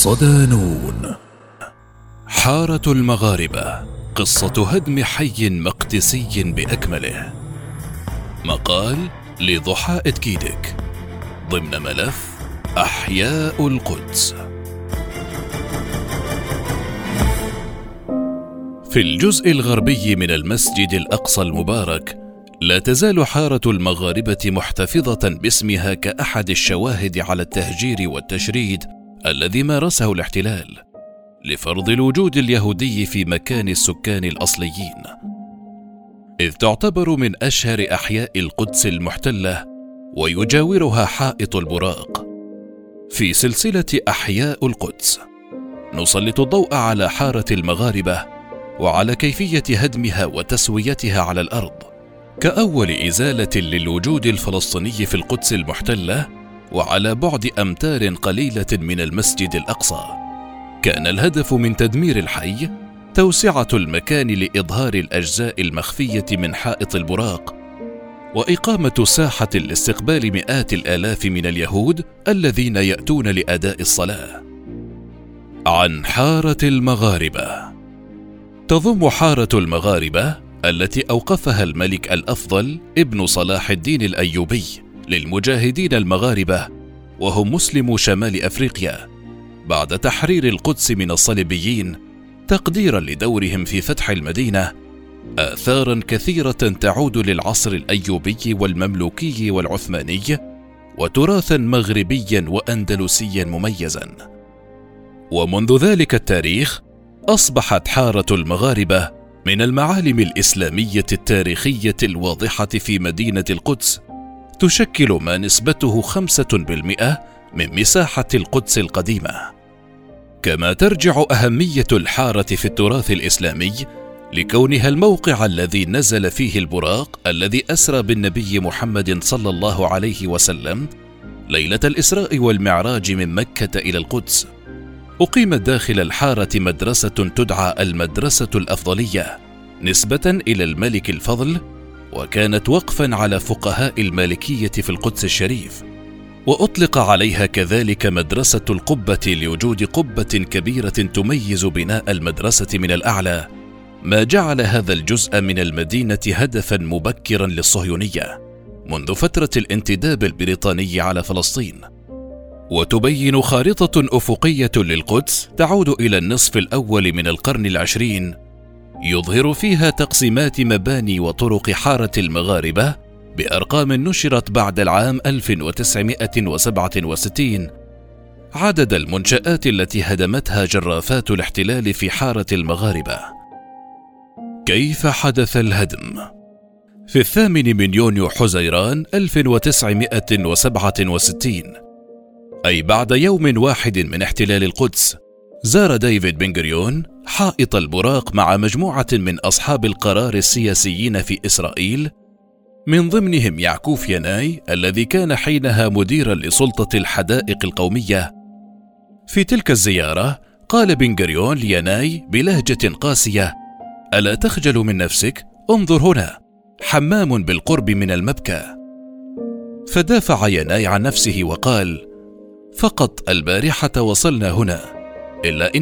صدانون. حارة المغاربة، قصة هدم حي مقدسي بأكمله. مقال لضحاء كيدك ضمن ملف أحياء القدس. في الجزء الغربي من المسجد الأقصى المبارك لا تزال حارة المغاربة محتفظة باسمها كأحد الشواهد على التهجير والتشريد الذي مارسه الاحتلال لفرض الوجود اليهودي في مكان السكان الأصليين، إذ تعتبر من أشهر أحياء القدس المحتلة ويجاورها حائط البراق. في سلسلة أحياء القدس نسلط الضوء على حارة المغاربة وعلى كيفية هدمها وتسويتها على الأرض كأول إزالة للوجود الفلسطيني في القدس المحتلة، وعلى بعد أمتار قليلة من المسجد الأقصى. كان الهدف من تدمير الحي توسعة المكان لإظهار الأجزاء المخفية من حائط البراق، وإقامة ساحة لاستقبال مئات الآلاف من اليهود الذين يأتون لأداء الصلاة. عن حارة المغاربة. تضم حارة المغاربة التي أوقفها الملك الأفضل ابن صلاح الدين الأيوبي للمجاهدين المغاربة وهم مسلمو شمال أفريقيا بعد تحرير القدس من الصليبيين تقديرا لدورهم في فتح المدينة، آثارا كثيرة تعود للعصر الأيوبي والمملوكي والعثماني، وتراثا مغربيا وأندلسيا مميزا. ومنذ ذلك التاريخ أصبحت حارة المغاربة من المعالم الإسلامية التاريخية الواضحة في مدينة القدس، تشكل ما نسبته 5% من مساحة القدس القديمة. كما ترجع أهمية الحارة في التراث الإسلامي لكونها الموقع الذي نزل فيه البراق الذي أسرى بالنبي محمد صلى الله عليه وسلم ليلة الإسراء والمعراج من مكة إلى القدس. أقيمت داخل الحارة مدرسة تدعى المدرسة الأفضلية نسبة إلى الملك الفضل، وكانت وقفا على فقهاء المالكية في القدس الشريف. وأطلق عليها كذلك مدرسة القبة لوجود قبة كبيرة تميز بناء المدرسة من الأعلى، ما جعل هذا الجزء من المدينة هدفا مبكرا للصهيونية منذ فترة الانتداب البريطاني على فلسطين. وتبين خارطة أفقية للقدس تعود إلى النصف الأول من القرن العشرين، يظهر فيها تقسيمات مباني وطرق حارة المغاربة بأرقام نشرت بعد العام 1967 عدد المنشآت التي هدمتها جرافات الاحتلال في حارة المغاربة. كيف حدث الهدم؟ في 8 من يونيو حزيران 1967، أي بعد يوم واحد من احتلال القدس، زار ديفيد بن غوريون حائط البراق مع مجموعة من أصحاب القرار السياسيين في إسرائيل، من ضمنهم يعكوف يناي الذي كان حينها مديرا لسلطة الحدائق القومية. في تلك الزيارة قال بن غوريون ليناي بلهجة قاسية: ألا تخجل من نفسك؟ انظر هنا، حمام بالقرب من المبكى. فدافع يناي عن نفسه وقال: فقط البارحة وصلنا هنا، إلا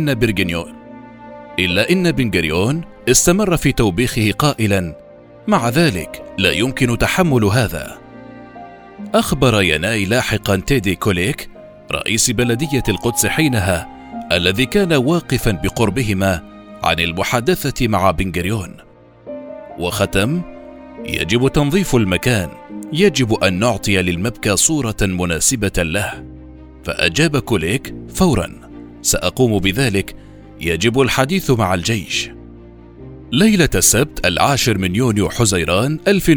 إن بن غوريون استمر في توبيخه قائلا: مع ذلك لا يمكن تحمل هذا. أخبر يناي لاحقا تيدي كوليك رئيس بلدية القدس حينها الذي كان واقفا بقربهما عن المحادثة مع بن غوريون، وختم: يجب تنظيف المكان، يجب أن نعطي للمبكى صورة مناسبة له. فأجاب كوليك: فورا، سأقوم بذلك، يجب الحديث مع الجيش. ليلة السبت 10 من يونيو حزيران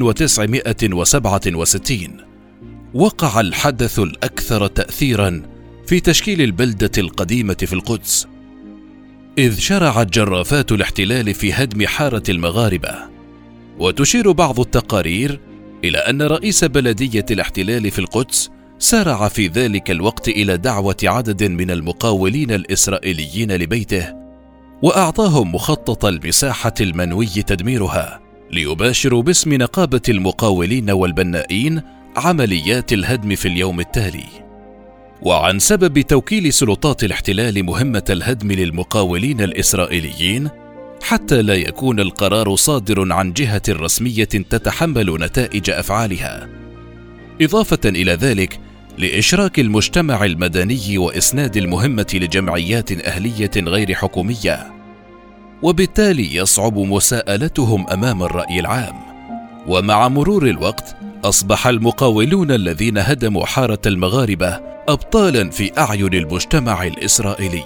1967 وقع الحدث الأكثر تأثيرا في تشكيل البلدة القديمة في القدس، إذ شرعت جرافات الاحتلال في هدم حارة المغاربة. وتشير بعض التقارير إلى أن رئيس بلدية الاحتلال في القدس سارع في ذلك الوقت إلى دعوة عدد من المقاولين الإسرائيليين لبيته، وأعطاهم مخطط المساحة المنوي تدميرها ليباشروا باسم نقابة المقاولين والبنائين عمليات الهدم في اليوم التالي. وعن سبب توكيل سلطات الاحتلال مهمة الهدم للمقاولين الإسرائيليين، حتى لا يكون القرار صادر عن جهة رسمية تتحمل نتائج أفعالها، إضافة إلى ذلك لإشراك المجتمع المدني وإسناد المهمة لجمعيات أهلية غير حكومية، وبالتالي يصعب مساءلتهم أمام الرأي العام. ومع مرور الوقت أصبح المقاولون الذين هدموا حارة المغاربة أبطالا في أعين المجتمع الإسرائيلي.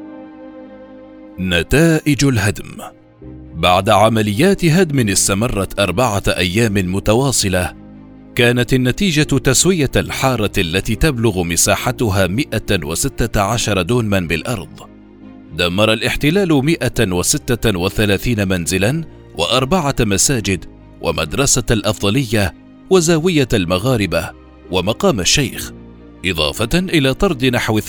نتائج الهدم: بعد عمليات هدم استمرت 4 أيام متواصلة، كانت النتيجة تسوية الحارة التي تبلغ مساحتها 116 دونما بالأرض. دمر الاحتلال 136 منزلا و4 مساجد ومدرسة الأفضلية وزاوية المغاربة ومقام الشيخ، إضافة إلى طرد نحو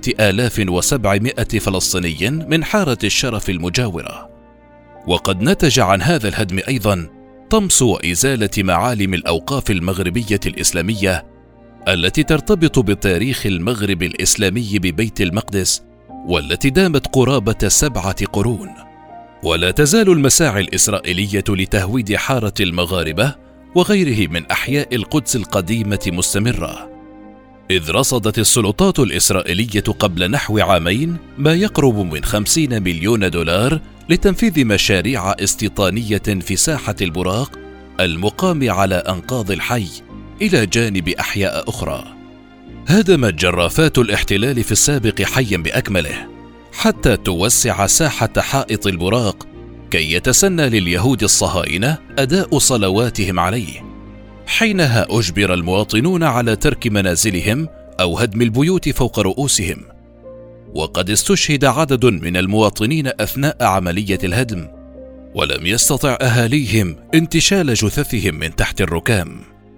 3700 فلسطيني من حارة الشرف المجاورة. وقد نتج عن هذا الهدم أيضا طمس وإزالة معالم الأوقاف المغربية الإسلامية التي ترتبط بتاريخ المغرب الإسلامي ببيت المقدس، والتي دامت قرابة 7 قرون. ولا تزال المساعي الإسرائيلية لتهويد حارة المغاربة وغيره من أحياء القدس القديمة مستمرة، إذ رصدت السلطات الإسرائيلية قبل نحو عامين ما يقرب من 50 مليون دولار لتنفيذ مشاريع استيطانية في ساحة البراق المقام على أنقاض الحي إلى جانب أحياء أخرى. هدمت جرافات الاحتلال في السابق حيا بأكمله حتى توسع ساحة حائط البراق كي يتسنى لليهود الصهاينة أداء صلواتهم عليه. حينها أجبر المواطنون على ترك منازلهم أو هدم البيوت فوق رؤوسهم، وقد استشهد عدد من المواطنين أثناء عملية الهدم، ولم يستطع أهاليهم انتشال جثثهم من تحت الركام.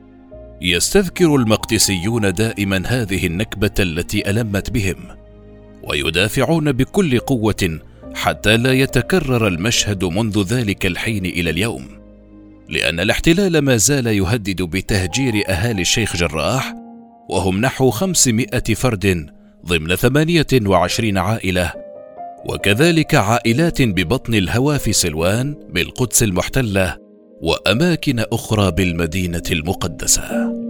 يستذكر المقدسيون دائما هذه النكبة التي ألمت بهم، ويدافعون بكل قوة حتى لا يتكرر المشهد منذ ذلك الحين إلى اليوم، لأن الاحتلال ما زال يهدد بتهجير أهالي الشيخ جراح، وهم نحو 500 فرد ضمن 28 عائلة، وكذلك عائلات ببطن الهوى في سلوان بالقدس المحتلة وأماكن أخرى بالمدينة المقدسة.